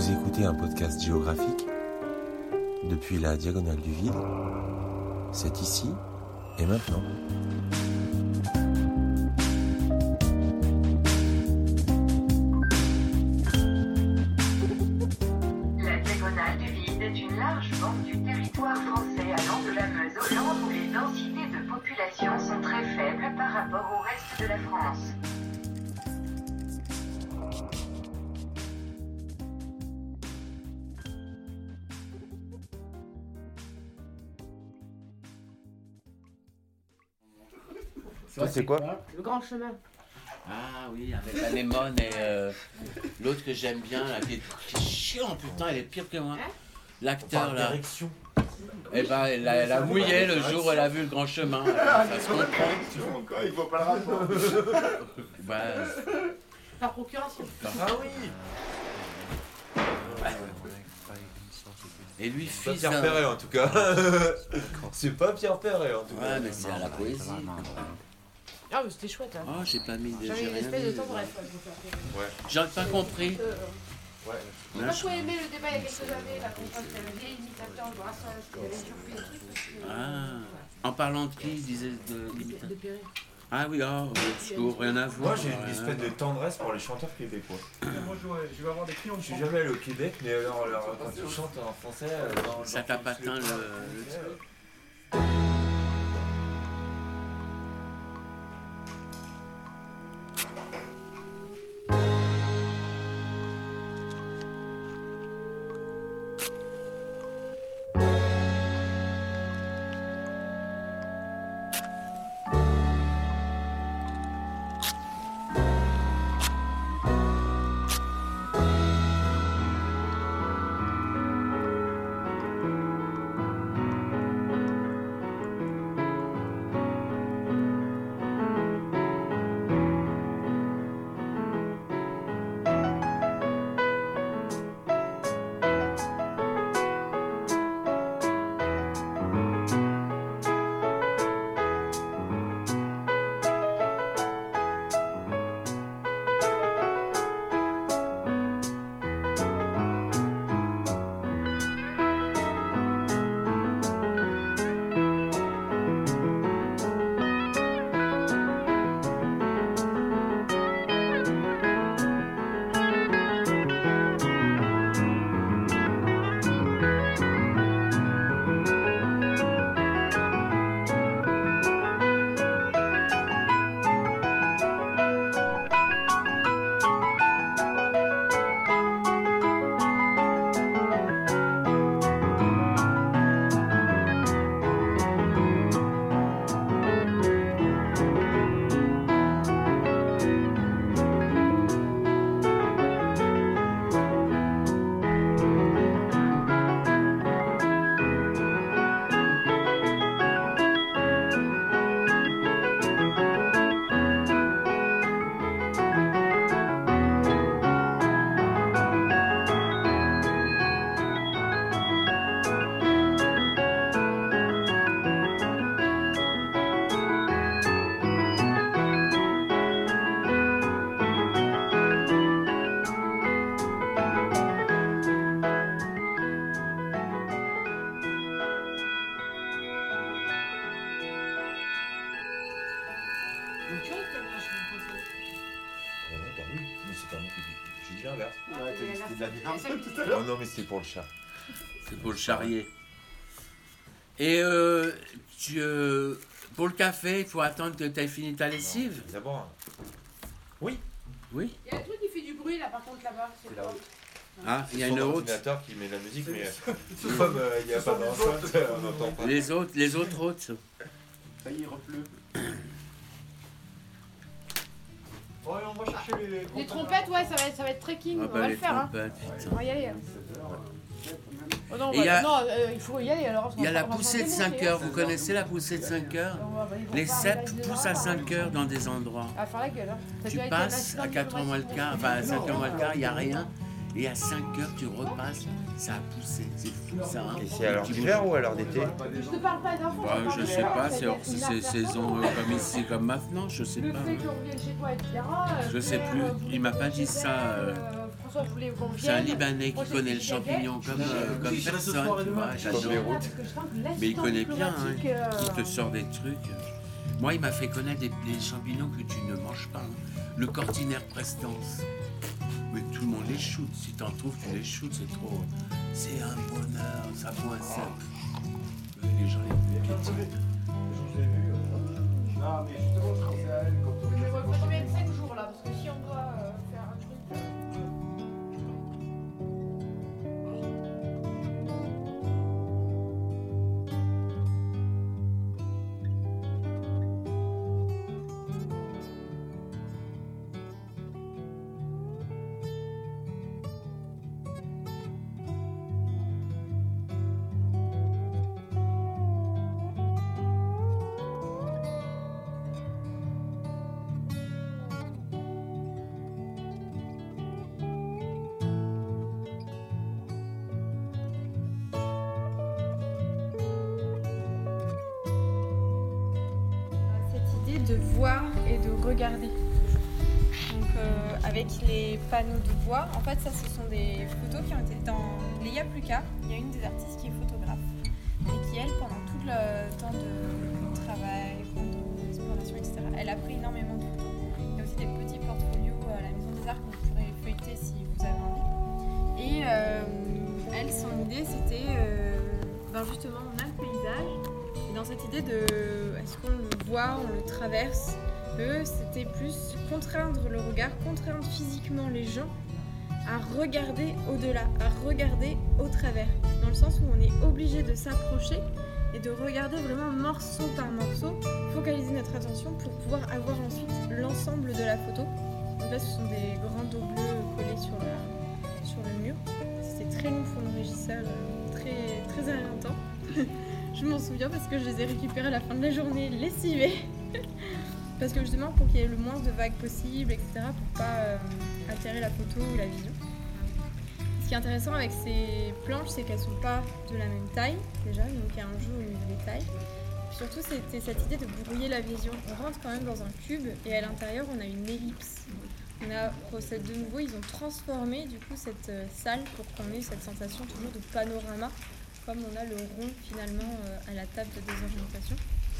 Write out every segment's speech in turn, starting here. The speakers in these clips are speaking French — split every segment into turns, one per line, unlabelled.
Vous écoutez un podcast géographique depuis la diagonale du vide. C'est ici et maintenant.
La diagonale du vide est une large bande du territoire français allant de la Meuse au Land où les densités de population sont très faibles par rapport au reste de la France.
Toi, c'est quoi?
Le grand chemin.
Ah oui, avec l'anémone et l'autre que j'aime bien, là, qui est chiant, putain, elle est pire que moi. L'acteur là. Eh ben, elle a mouillé le jour où elle a vu le grand chemin. Ça se comprend.
Il voit pas le rapport.
Bah,
Par procuration.
Ah oui.
et lui,
Pas
fils
Pierre
d'un...
Perret en tout cas. C'est pas Pierre Perret en tout cas.
Ouais, mais c'est à la poésie.
Ah, mais c'était chouette. Hein.
Oh, j'ai pas mis de...
J'avais
j'ai
une
rien
espèce de
mis.
temps bref. Ouais,
J'ai pas compris.
Ouais.
j'ai pas trop aimé le débat il y a quelques années, là, qu'on fasse le vieil imitateur de Brassens, qui avait surpris le truc. Parce que,
Ah, en parlant de qui, il disait de l'imitateur.
de Perret.
Ah oui, oh, je trouve rien à voir.
Moi j'ai une espèce de tendresse pour les chanteurs québécois.
Moi je vais avoir des clients.
Je suis jamais allé au Québec, mais alors quand ils chantent en français, dans
Ça t'a pas atteint le...
Donc tu vois, t'as le grand chemin français.
Bah oui, mais c'est pas moi qui dis. J'ai dit l'inverse.
C'était de la merde.
Oh non, mais c'est pour le chat.
C'est pour le charrier. Et pour le café, il faut attendre que tu aies fini ta lessive.
D'abord. Oui.
Oui.
Il y a un truc qui fait du bruit là, par contre, là-bas. C'est quoi?
Ah, il y a
Son
une autre.
ordinateur qui met la musique, mais comme il n'y a pas d'enceinte, on n'entend pas.
Les autres autres.
Ça y est, il repleut. Bon, allez, on va chercher
Les trompettes, ouais, ça va être trekking,
Ah
on
bah
va
les
le faire. Hein.
trompettes,
On
putain.
va y aller. Hein. Oh non,
Et il y a-
il faut y aller alors.
Il y a la poussée de 5 heures. Vous connaissez la poussée de 5 heures? Les cèpes poussent à 5 heures dans des endroits.
À faire la gueule. Hein.
Tu passes à 4h moins le quart, enfin à 5h moins le quart, il n'y a rien. Et à 5 heures, tu repasses, ça a poussé. C'est fou ça. Hein.
Et c'est à l'heure d'hiver ou à l'heure d'été?
Je te parle pas d'enfants.
Bah, je sais pas, c'est saison comme ici, comme maintenant, je sais
Le
pas.
fait qu'on revienne chez toi, etc.
Je sais plus, il m'a pas dit ça.
François soit vous voulez qu'on vienne.
C'est un Libanais
Moi,
qui
je
connaît le
suis
champignon comme personne, tu vois, j'adore. Mais il connaît bien, hein. Il te sort des trucs. Moi, il m'a fait connaître des champignons que tu ne manges pas. Hein. Le Cortinaire prestans. Mais tout le monde les shoot. Si t'en trouves, tu les shoots, c'est trop. C'est un bonheur, ça vaut un sac. Les gens les plus petits.
Non, mais justement, je pensais à elle quand on
Je
est
vais reprendre combien de 5 jours là, parce que si on doit faire un truc.
Cette idée de voir et de regarder. Donc avec les panneaux de voix, en fait ça ce sont des photos qui ont été dans Léa Pluka. Il y a une des artistes qui est photographe et qui elle pendant tout le temps de travail, d'exploration, etc. Elle a pris énormément de photos. Il y a aussi des petits portfolios à la Maison des Arts que vous pourrez feuilleter si vous avez envie. Et elle, son idée c'était justement on a le paysage. Et dans cette idée de est-ce qu'on le voit, on le traverse, eux c'était plus contraindre le regard, contraindre physiquement les gens à regarder au-delà, à regarder au travers. Dans le sens où on est obligé de s'approcher et de regarder vraiment morceau par morceau, focaliser notre attention pour pouvoir avoir ensuite l'ensemble de la photo. Donc là ce sont des grands dos bleus collés sur le mur. C'était très long pour le régisseur, très, très éreintant. Je m'en souviens parce que je les ai récupérés à la fin de la journée lessivés. Parce que justement pour qu'il y ait le moins de vagues possible, etc. pour pas altérer la photo ou la vision. Ce qui est intéressant avec ces planches, c'est qu'elles sont pas de la même taille déjà, donc il y a un jeu au niveau des tailles. Puis surtout c'était cette idée de brouiller la vision. On rentre quand même dans un cube et à l'intérieur on a une ellipse. On a procédé de nouveau, ils ont transformé du coup cette salle pour qu'on ait cette sensation toujours de panorama, comme on a le rond finalement à la table de désorientation.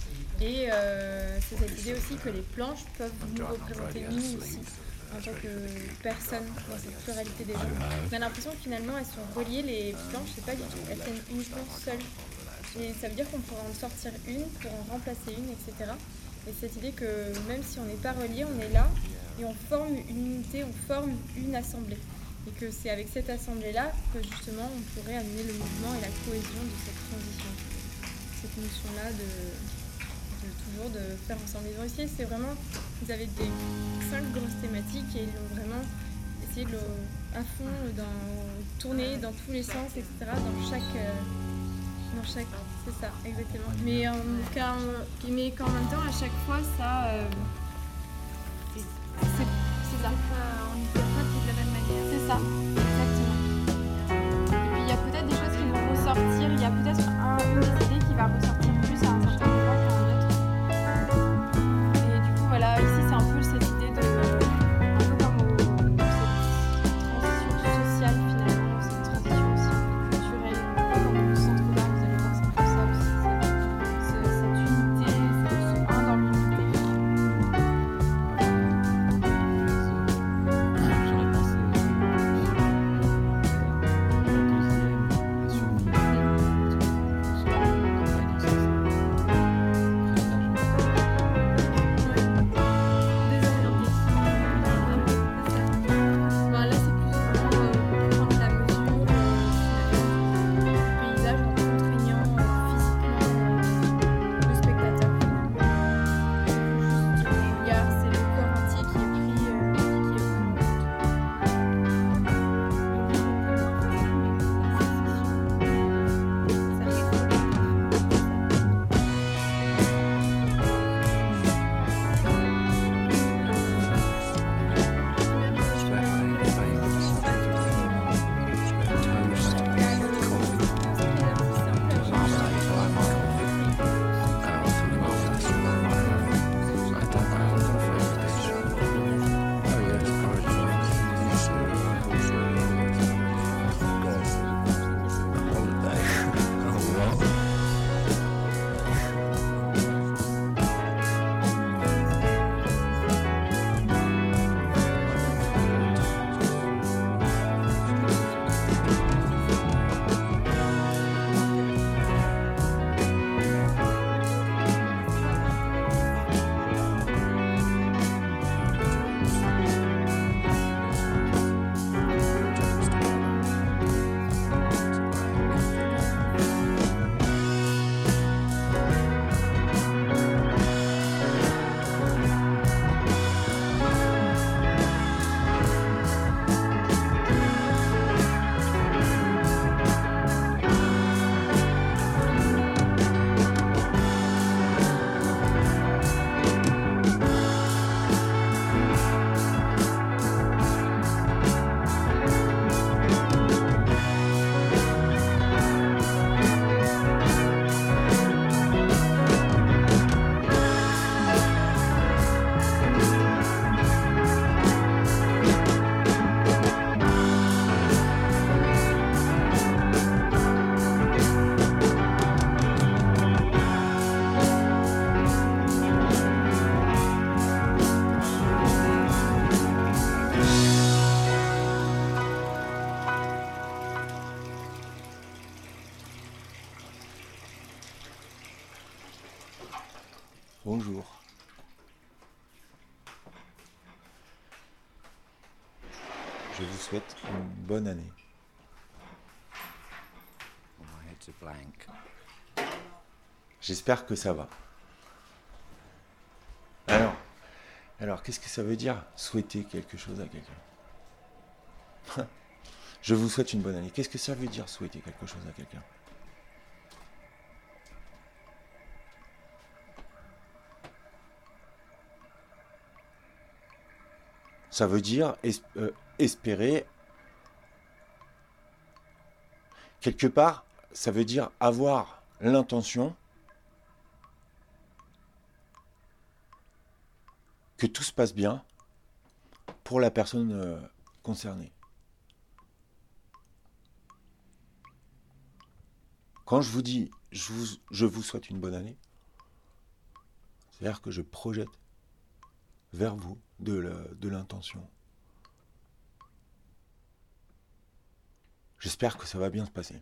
Et c'est cette idée aussi que les planches peuvent nous représenter nous aussi, en tant que personne dans cette pluralité des gens. On a l'impression que finalement elles sont reliées, les planches, c'est pas du tout, elles tiennent uniquement seules. Et ça veut dire qu'on pourra en sortir une pour en remplacer une, etc. Et cette idée que même si on n'est pas reliés, on est là et on forme une unité, on forme une assemblée. Et que c'est avec cette assemblée-là que justement on pourrait amener le mouvement et la cohésion de cette transition. Cette notion-là de toujours de faire ensemble. Ils ont essayé, c'est vraiment, ils avaient 5 grosses thématiques et ils ont vraiment essayé de à fond tourner dans tous les sens, etc. dans chaque c'est ça, exactement. Mais qu'en même temps, à chaque fois, ça c'est ça.
On n'y fait pas de la même manière.
C'est ça, exactement. Et puis il y a peut-être des choses qui vont ressortir, il y a peut-être une des idées qui va ressortir plus à un certain moment qu'à un autre. Et du coup voilà, ici c'est un peu cette idée de un peu comme cette transition sociale finalement, cette transition aussi culturelle, un peu comme au centre d'art, vous allez voir c'est un peu ça aussi, cette unité, ce un dans l'unité.
J'aurais pensé la deuxième,
Bonjour. Je vous souhaite une bonne année.
My head's a blank.
J'espère que ça va. Alors, qu'est-ce que ça veut dire souhaiter quelque chose à quelqu'un? Je vous souhaite une bonne année. Qu'est-ce que ça veut dire souhaiter quelque chose à quelqu'un? Ça veut dire espérer. Quelque part, ça veut dire avoir l'intention que tout se passe bien pour la personne concernée. Quand je vous dis je vous souhaite une bonne année, c'est-à-dire que je projette vers vous de l'intention. J'espère que ça va bien se passer.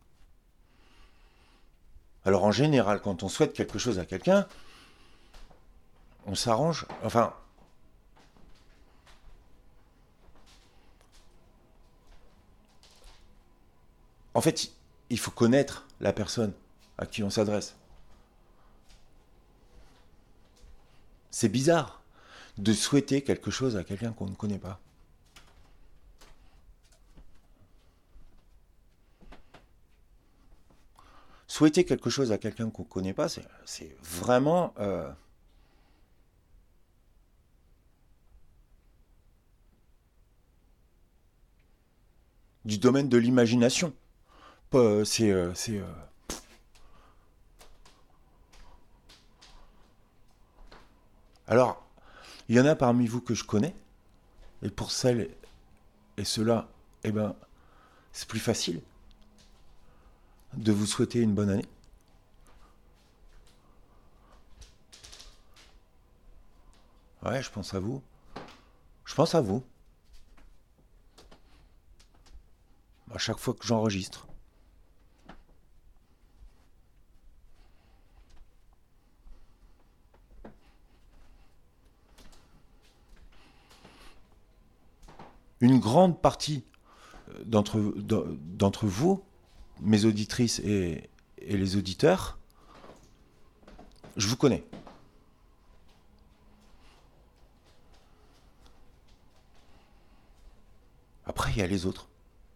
Alors en général, quand on souhaite quelque chose à quelqu'un, on s'arrange, en fait, il faut connaître la personne à qui on s'adresse. C'est bizarre de souhaiter quelque chose à quelqu'un qu'on ne connaît pas. Souhaiter quelque chose à quelqu'un qu'on ne connaît pas, c'est vraiment... du domaine de l'imagination. Alors, il y en a parmi vous que je connais, et pour celles et ceux-là, c'est plus facile de vous souhaiter une bonne année. Ouais, je pense à vous. À chaque fois que j'enregistre. Une grande partie d'entre vous, mes auditrices et les auditeurs, je vous connais. Après, il y a les autres.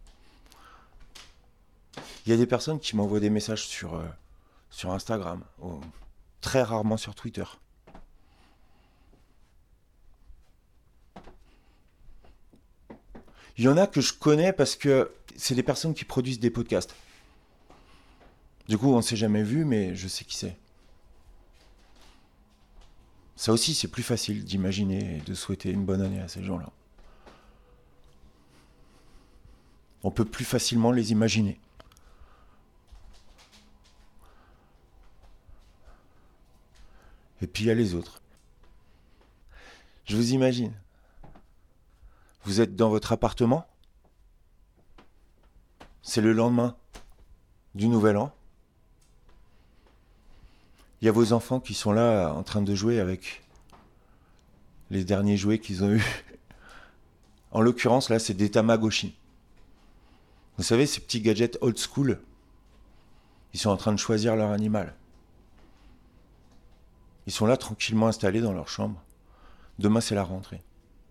Il y a des personnes qui m'envoient des messages sur Instagram, ou très rarement sur Twitter. Il y en a que je connais parce que c'est des personnes qui produisent des podcasts. Du coup, on ne s'est jamais vu, mais je sais qui c'est. Ça aussi, c'est plus facile d'imaginer et de souhaiter une bonne année à ces gens-là. On peut plus facilement les imaginer. Et puis il y a les autres. Je vous imagine. Vous êtes dans votre appartement. C'est le lendemain du Nouvel An. Il y a vos enfants qui sont là en train de jouer avec les derniers jouets qu'ils ont eus. En l'occurrence, là, c'est des Tamagotchi. Vous savez, ces petits gadgets old school. Ils sont en train de choisir leur animal. Ils sont là tranquillement installés dans leur chambre. Demain, c'est la rentrée.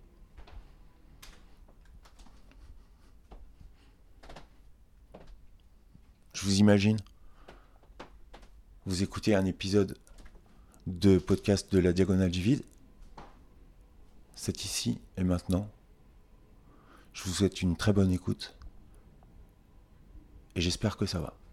Je vous imagine. Vous écoutez un épisode de podcast de la Diagonale du Vide. C'est ici et maintenant. Je vous souhaite une très bonne écoute. Et j'espère que ça va.